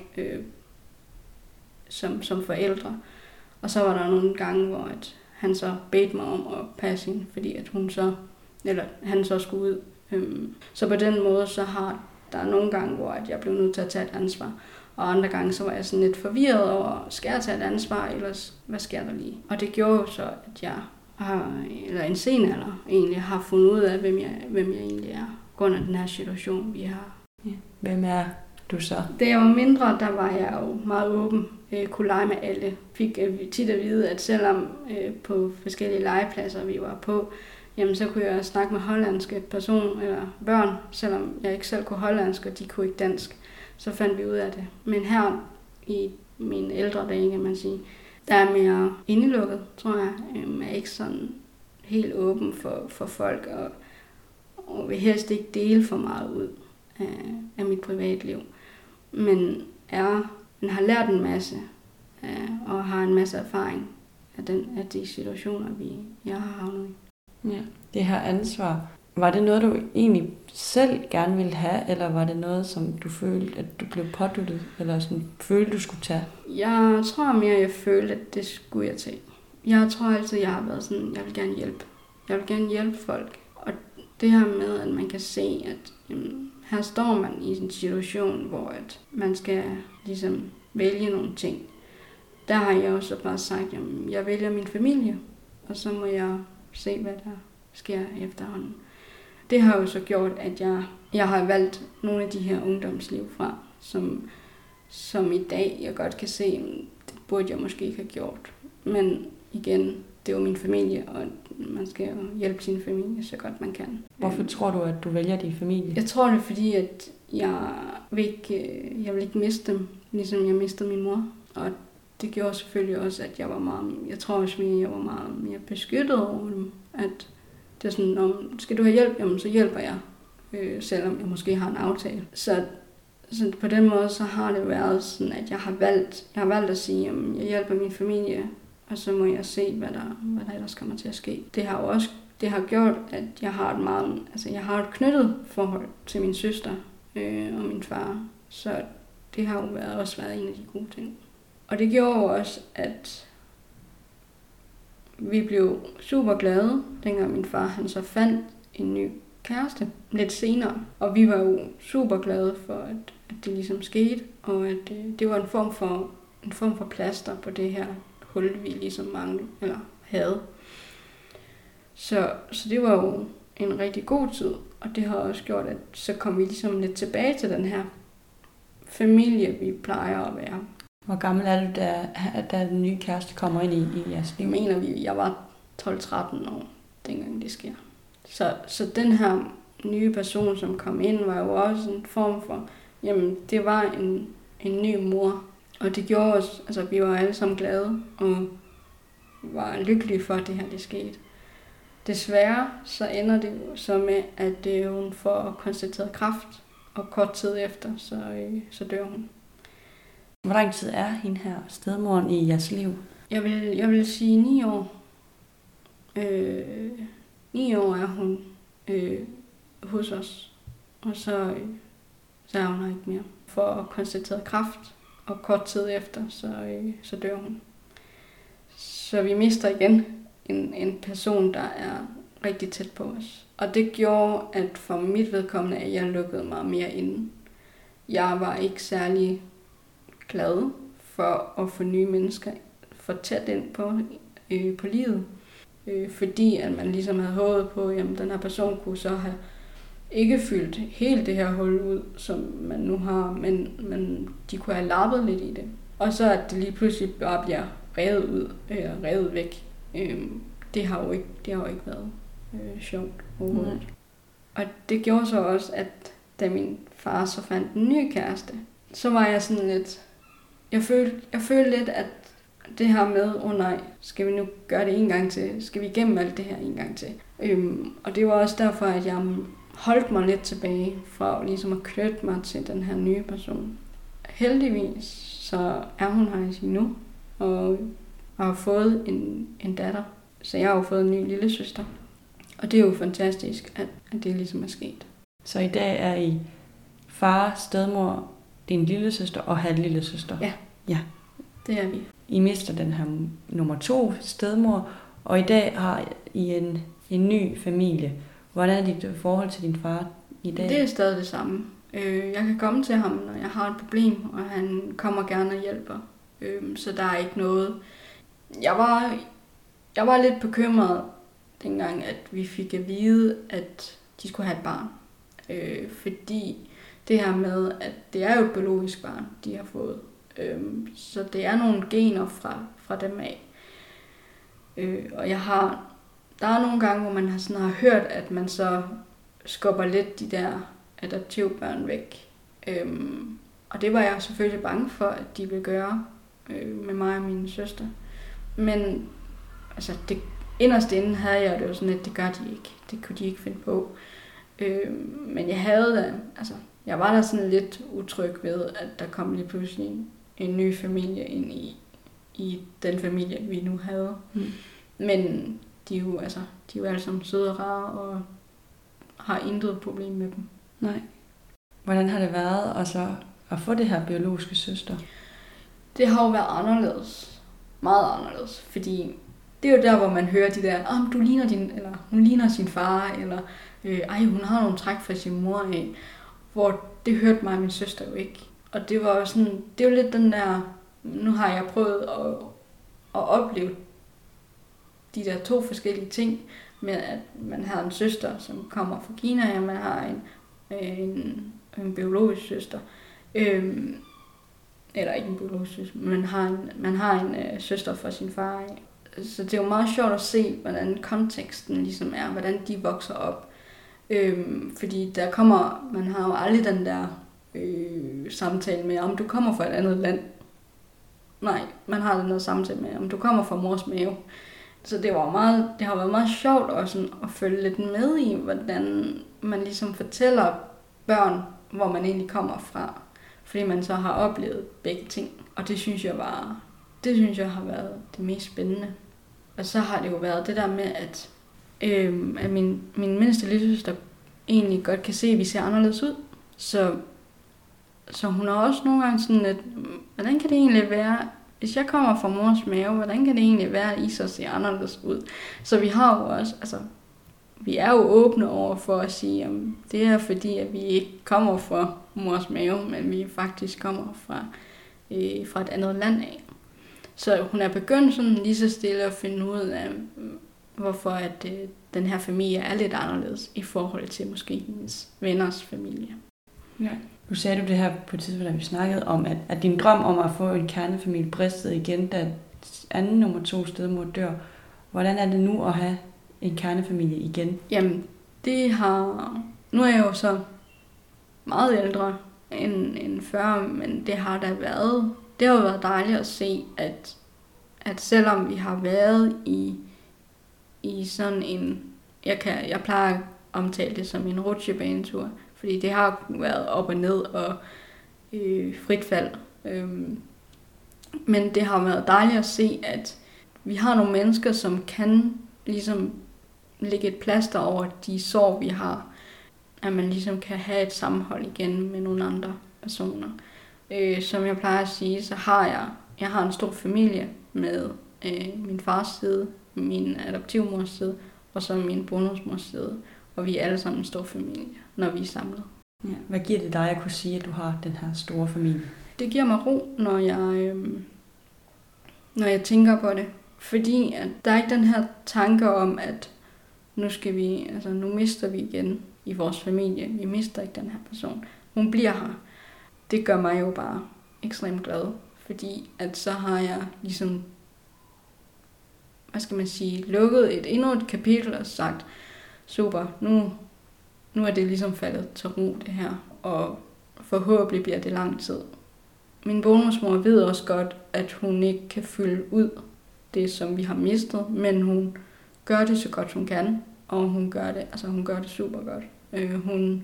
Speaker 2: som forældre. Og så var der nogle gange, hvor at han så bedte mig om at passe hende, fordi at han så skulle ud. Så på den måde, så har der nogle gange, hvor at jeg blev nødt til at tage et ansvar. Og andre gange, så var jeg sådan lidt forvirret over, skal jeg tage et ansvar, eller hvad sker der lige? Og det gjorde jo så, at jeg en sen alder egentlig har fundet ud af, hvem jeg egentlig er, grund af den her situation, vi har.
Speaker 4: Ja. Hvem er du så?
Speaker 2: Da jeg var mindre, der var jeg jo meget åben, kunne lege med alle. Fik tit at vide, at selvom på forskellige legepladser, vi var på, jamen så kunne jeg snakke med hollandske personer eller børn, selvom jeg ikke selv kunne hollandsk, og de kunne ikke dansk. Så fandt vi ud af det. Men her i mine ældre dage, kan man sige, der er mere indelukket, tror jeg. Jeg er ikke sådan helt åben for folk, og vil helst ikke dele for meget ud af mit privatliv. Men har lært en masse, og har en masse erfaring af de situationer, jeg har havnet i.
Speaker 4: Ja. Det her ansvar, var det noget, du egentlig selv gerne ville have, eller var det noget, som du følte, at du blev påduttet, eller sådan følte, du skulle tage?
Speaker 2: Jeg tror mere, jeg følte, at det skulle jeg tage. Jeg tror altid, jeg har været sådan, jeg vil gerne hjælpe. Jeg vil gerne hjælpe folk. Og det her med, at man kan se, at her står man i en situation, hvor at man skal ligesom vælge nogle ting. Der har jeg også bare sagt, at jeg vælger min familie, og så må jeg se, hvad der sker efterhånden. Det har jo så gjort, at jeg har valgt nogle af de her ungdomsliv fra, som i dag jeg godt kan se, det burde jeg måske ikke have gjort. Men igen, det er jo min familie, og man skal jo hjælpe sin familie så godt man kan.
Speaker 4: Hvorfor tror du, at du vælger din familie?
Speaker 2: Jeg tror det, fordi at jeg vil ikke miste dem, ligesom jeg mistede min mor. Og det gjorde selvfølgelig også, at jeg var meget mere beskyttet over dem. At det er sådan, skal du have hjælp, jamen så hjælper jeg, selvom jeg måske har en aftale. Så på den måde, så har det været sådan, at jeg har valgt at sige, at jeg hjælper min familie, og så må jeg se, hvad der ellers kommer til at ske. Det har gjort, at jeg har et knyttet forhold til min søster og min far. Så det har jo også været en af de gode ting. Og det gjorde jo også, at vi blev super glade, dengang min far han så fandt en ny kæreste lidt senere. Og vi var jo super glade for, at det ligesom skete, og at det var en form for plaster på det her hul, vi ligesom manglede, eller havde. Så det var jo en rigtig god tid, og det har også gjort, at så kom vi ligesom lidt tilbage til den her familie, vi plejer at være.
Speaker 4: Hvor gammel er du, da den nye kæreste kommer ind i jeres liv?
Speaker 2: Jeg var 12-13 år, dengang det sker. Så den her nye person, som kom ind, var jo også en form for, jamen det var en ny mor. Og det gjorde os, altså vi var alle sammen glade, og var lykkelige for, at det her det skete. Desværre så ender det jo så med, at hun får konstateret kræft, og kort tid efter, så dør hun.
Speaker 4: Hvor lang tid er hende her stedmoren i jeres liv?
Speaker 2: Jeg vil sige 9 år. 9 år er hun. hos os. Og så er hun her ikke mere. For konstateret kræft, og kort tid efter, så dør hun. Så vi mister igen en person, der er rigtig tæt på os. Og det gjorde, at for mit vedkommende, at jeg lukkede mig mere inde. Jeg var ikke særlig glad for at få nye mennesker for tæt ind på livet. Fordi at man ligesom havde håbet på, at den her person kunne så have ikke fyldt helt det her hul ud, som man nu har, men de kunne have lappet lidt i det. Og så at det lige pludselig bare bliver revet ud, revet væk. Det har jo ikke været sjovt overhovedet. Og det gjorde så også, at da min far så fandt en ny kæreste, så var jeg sådan lidt... Jeg følte lidt, at det her med, nej, skal vi nu gøre det en gang til? Skal vi igennem alt det her en gang til? Og det var også derfor, at jeg holdt mig lidt tilbage fra ligesom at knytte mig til den her nye person. Heldigvis så er hun her nu, og har fået en datter. Så jeg har jo fået en ny lillesøster. Og det er jo fantastisk, at det ligesom er sket.
Speaker 4: Så i dag er I far, stedmor, din lillesøster og halvlillesøster?
Speaker 2: Ja, det er vi.
Speaker 4: I mister den her nummer 2 stedmor, og i dag har I en ny familie. Hvordan er dit forhold til din far i dag? Det
Speaker 2: er stadig det samme. Jeg kan komme til ham, når jeg har et problem, og han kommer gerne og hjælper. Så der er ikke noget... Jeg var lidt bekymret dengang, at vi fik at vide, at de skulle have et barn. Fordi det her med, at det er jo et biologisk barn, de har fået. Så det er nogle gener fra dem af. Og der er nogle gange, hvor man har hørt, at man så skubber lidt de der adoptivbørn væk. Og det var jeg selvfølgelig bange for, at de ville gøre med mig og min søster. Men altså, inderst inde havde jeg det jo sådan, at det gør de ikke. Det kunne de ikke finde på. Men jeg var der sådan lidt utryg ved, at der kom lige pludselig en ny familie ind i den familie, vi nu havde. Men de er jo alle sammen søde og rare, og har intet problem med dem.
Speaker 4: Nej. Hvordan har det været at få det her biologiske søster?
Speaker 2: Det har jo været anderledes. Meget anderledes. Fordi det er jo der, hvor man hører de der, hun ligner sin far, eller hun har nogle træk fra sin mor af. Hvor det hørte mig og min søster jo ikke. Og det var jo sådan, det er jo lidt den der, nu har jeg prøvet at opleve de der 2 forskellige ting, med at man har en søster, som kommer fra Kina, og man har en biologisk søster. Eller ikke en biologisk søster, men man har en søster fra sin far. Så det er jo meget sjovt at se, hvordan konteksten ligesom er, hvordan de vokser op. Fordi man har jo aldrig den der samtale med, om du kommer fra et andet land. Nej, man har den der samtale med, om du kommer fra mors mave. Så det har været meget sjovt også at følge lidt med i, hvordan man ligesom fortæller børn, hvor man egentlig kommer fra. Fordi man så har oplevet begge ting. Og det synes jeg har været det mest spændende. Og så har det jo været det der med, at min mindste lillesøster egentlig godt kan se, at vi ser anderledes ud. Så hun har også nogle gange sådan lidt, hvordan kan det egentlig være, hvis jeg kommer fra mors mave, hvordan kan det egentlig være, at I så ser anderledes ud? Så vi har jo også, vi er jo åbne over for at sige, at det er fordi, at vi ikke kommer fra mors mave, men vi faktisk kommer fra et andet land af. Så hun er begyndt sådan lige så stille at finde ud af, hvorfor at den her familie er lidt anderledes i forhold til måske hendes venners familie.
Speaker 4: Ja. Nu sagde du det her på et tidspunkt, da vi snakkede om, at din drøm om at få en kernefamilie bristede igen, da anden nummer 2 stedmor dør. Hvordan er det nu at have en kernefamilie igen?
Speaker 2: Jamen, nu er jeg jo så meget ældre end før, men det har jo været dejligt at se, at selvom vi har været i sådan en, jeg plejer at omtale det som en rutsjebanetur, fordi det har været op og ned og frit fald. Men det har været dejligt at se, at vi har nogle mennesker, som kan ligesom lægge et plaster over de sår, vi har. at man ligesom kan have et sammenhold igen med nogle andre personer. Som jeg plejer at sige, så har jeg har en stor familie med min fars side, min adoptivmors side, og så min bonusmors side. Og vi er alle sammen en stor familie, når vi er samlet.
Speaker 4: Ja. Hvad giver det dig at kunne sige, at du har den her store familie?
Speaker 2: Det giver mig ro, når jeg tænker på det. Fordi at der er ikke den her tanke om, at nu mister vi igen i vores familie. Vi mister ikke den her person. Hun bliver her. Det gør mig jo bare ekstremt glad. Fordi at så har jeg ligesom, lukket endnu et kapitel og sagt, super, nu er det ligesom faldet til ro det her. Og forhåbentlig bliver det lang tid. Min bonusmor ved også godt, at hun ikke kan fylde ud det, som vi har mistet, men hun gør det så godt, hun kan, og hun gør det super godt. Hun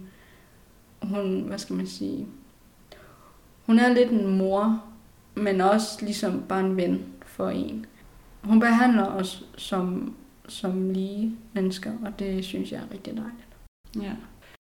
Speaker 2: hun er lidt en mor, men også ligesom bare en ven for en. Hun behandler os som lige mennesker, og det synes jeg er rigtig dejligt.
Speaker 4: Ja.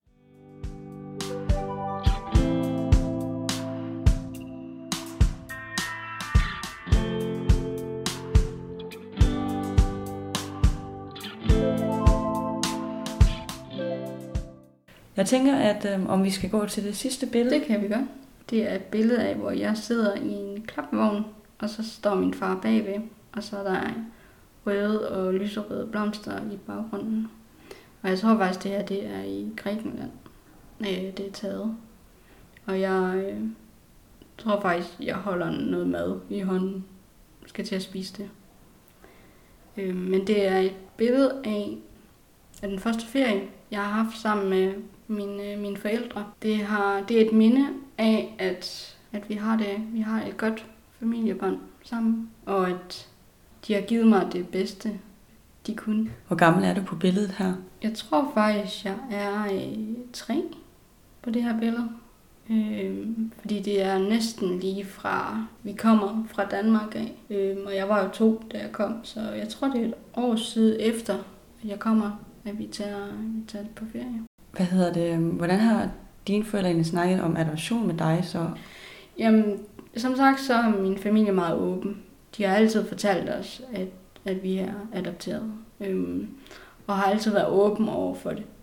Speaker 4: Jeg tænker, at om vi skal gå til det sidste billede.
Speaker 2: Det kan vi godt. Det er et billede af, hvor jeg sidder i en klapvogn, og så står min far bagved, og så er der røde og lyserøde blomster i baggrunden. Og jeg tror faktisk, det er i Grækenland, det er taget. Og jeg tror faktisk, jeg holder noget mad i hånden. Jeg skal til at spise det. Men det er et billede af den første ferie, jeg har haft sammen med mine forældre. Det er et minde af, at vi har et godt familiebånd sammen, og at de har givet mig det bedste, de kunne.
Speaker 4: Hvor gammel er du på billedet her? Jeg
Speaker 2: tror faktisk, jeg er 3 på det her billede. Fordi det er næsten lige fra, vi kommer fra Danmark af. Og jeg var jo 2, da jeg kom, så jeg tror, det er et år siden efter, at jeg kommer, at vi tager det på ferie.
Speaker 4: Hvordan har dine forældre egentlig snakket om adoption med dig så?
Speaker 2: Jamen, som sagt, så er min familie meget åben. De har altid fortalt os, at vi er adopteret. Og har altid været åben over for det.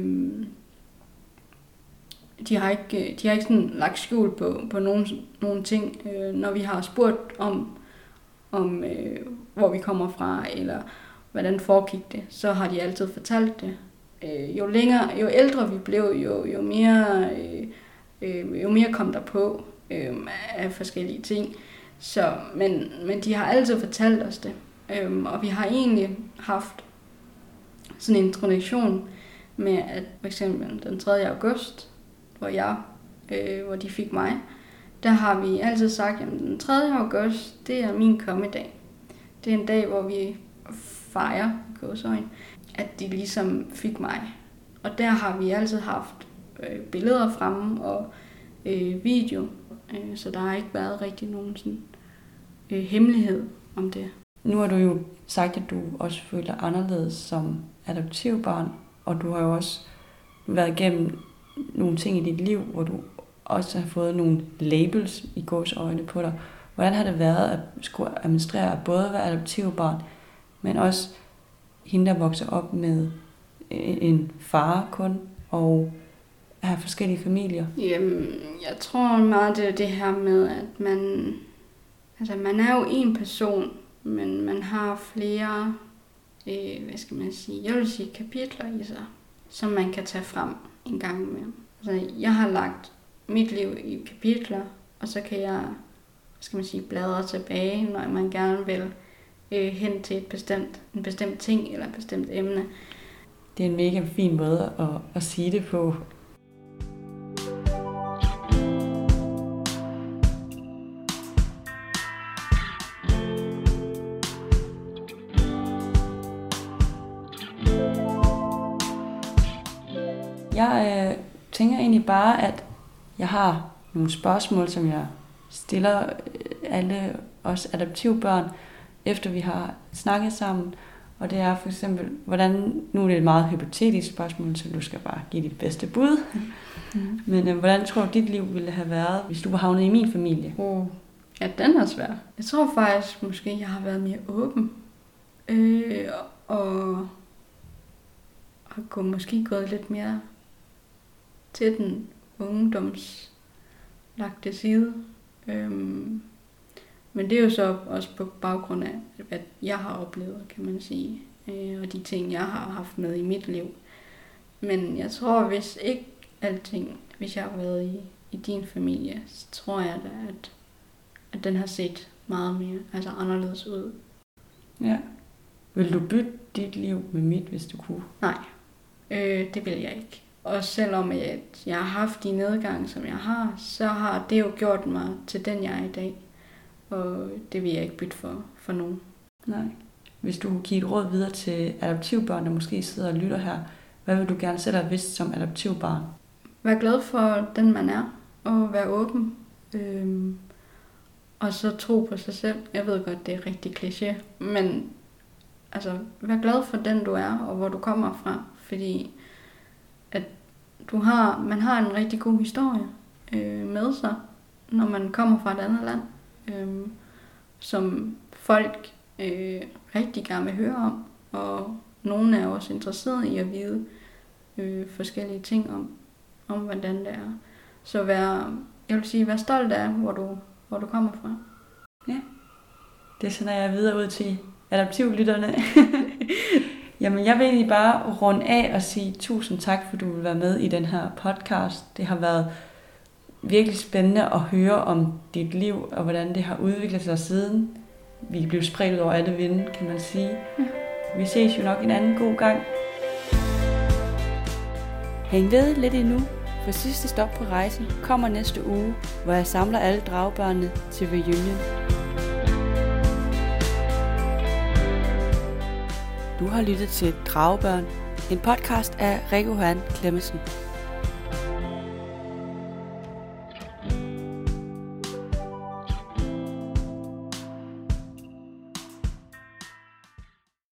Speaker 2: De har ikke sådan lagt skjul på nogle ting, når vi har spurgt om hvor vi kommer fra, eller hvordan foregik det, så har de altid fortalt det. Jo ældre vi blev, jo mere kom der på af forskellige ting. Så, men de har altid fortalt os det. Og vi har egentlig haft sådan en introduktion med, at for eksempel den 3. august, hvor de fik mig, der har vi altid sagt, at den 3. august, det er min kommedag. Det er en dag, hvor vi fejrer, at de ligesom fik mig. Og der har vi altid haft billeder fremme og video, så der har ikke været rigtig nogen sådan, hemmelighed om det.
Speaker 4: Nu har du jo sagt, at du også føler dig anderledes som adoptivbarn, og du har jo også været igennem nogle ting i dit liv, hvor du også har fået nogle labels i gåseøjne på dig. Hvordan har det været at skulle administrere at både være adoptivbarn, men også hende, der vokser op med en far kun, og have forskellige familier?
Speaker 2: Jamen, jeg tror meget, det er det her med, at man er jo en person, men man har flere, jeg vil sige kapitler i sig, som man kan tage frem en gang imellem. Altså, jeg har lagt mit liv i kapitler, og så kan jeg, bladre tilbage, når man gerne vil hen til en bestemt ting eller et bestemt emne.
Speaker 4: Det er en mega fin måde at sige det på. Jeg tænker egentlig bare, at jeg har nogle spørgsmål, som jeg stiller alle os adoptivbørn, efter vi har snakket sammen. Og det er for eksempel, hvordan, nu er det et meget hypotetisk spørgsmål, så du skal bare give dit bedste bud. Men hvordan tror du, dit liv ville have været, hvis du var havnet i min familie?
Speaker 2: Ja, den er svær. Jeg tror faktisk, måske jeg har været mere åben. Og har måske gået lidt mere til den ungdomslagte side. Men det er jo så også på baggrund af, hvad jeg har oplevet, kan man sige. Og de ting, jeg har haft med i mit liv. Men jeg tror, hvis jeg har været i din familie, så tror jeg da, at den har set meget mere, altså anderledes ud.
Speaker 4: Ja. Vil du bytte dit liv med mit, hvis du kunne?
Speaker 2: Nej, det vil jeg ikke. Og selvom jeg har haft de nedgange, som jeg har, så har det jo gjort mig til den, jeg er i dag. Og det vil jeg ikke bytte for nogen.
Speaker 4: Nej. Hvis du kunne give et råd videre til adoptivbørn, der måske sidder og lytter her, hvad vil du gerne selv have vidst som adoptivbarn?
Speaker 2: Vær glad for den, man er, og vær åben. Og så tro på sig selv. Jeg ved godt, det er rigtig kliché, men altså, vær glad for den, du er, og hvor du kommer fra. Fordi at man har en rigtig god historie med sig, når man kommer fra et andet land, som folk rigtig gerne vil høre om. Og nogle er også interesserede i at vide forskellige ting om hvordan det er. Så vær stolt af, hvor du kommer fra.
Speaker 4: Ja, det sender jeg videre ud til adoptivlytterne. Jamen, jeg vil egentlig bare runde af og sige tusind tak, for du vil være med i den her podcast. Det har været virkelig spændende at høre om dit liv, og hvordan det har udviklet sig siden. Vi blev spredt over alle vinde, kan man sige. Ja. Vi ses jo nok en anden god gang.
Speaker 3: Hæng ved lidt endnu, for sidste stop på rejsen kommer næste uge, hvor jeg samler alle dragebørnene til reunion. Du har lyttet til Dragebørn, en podcast af Rikke Johan Clemmensen.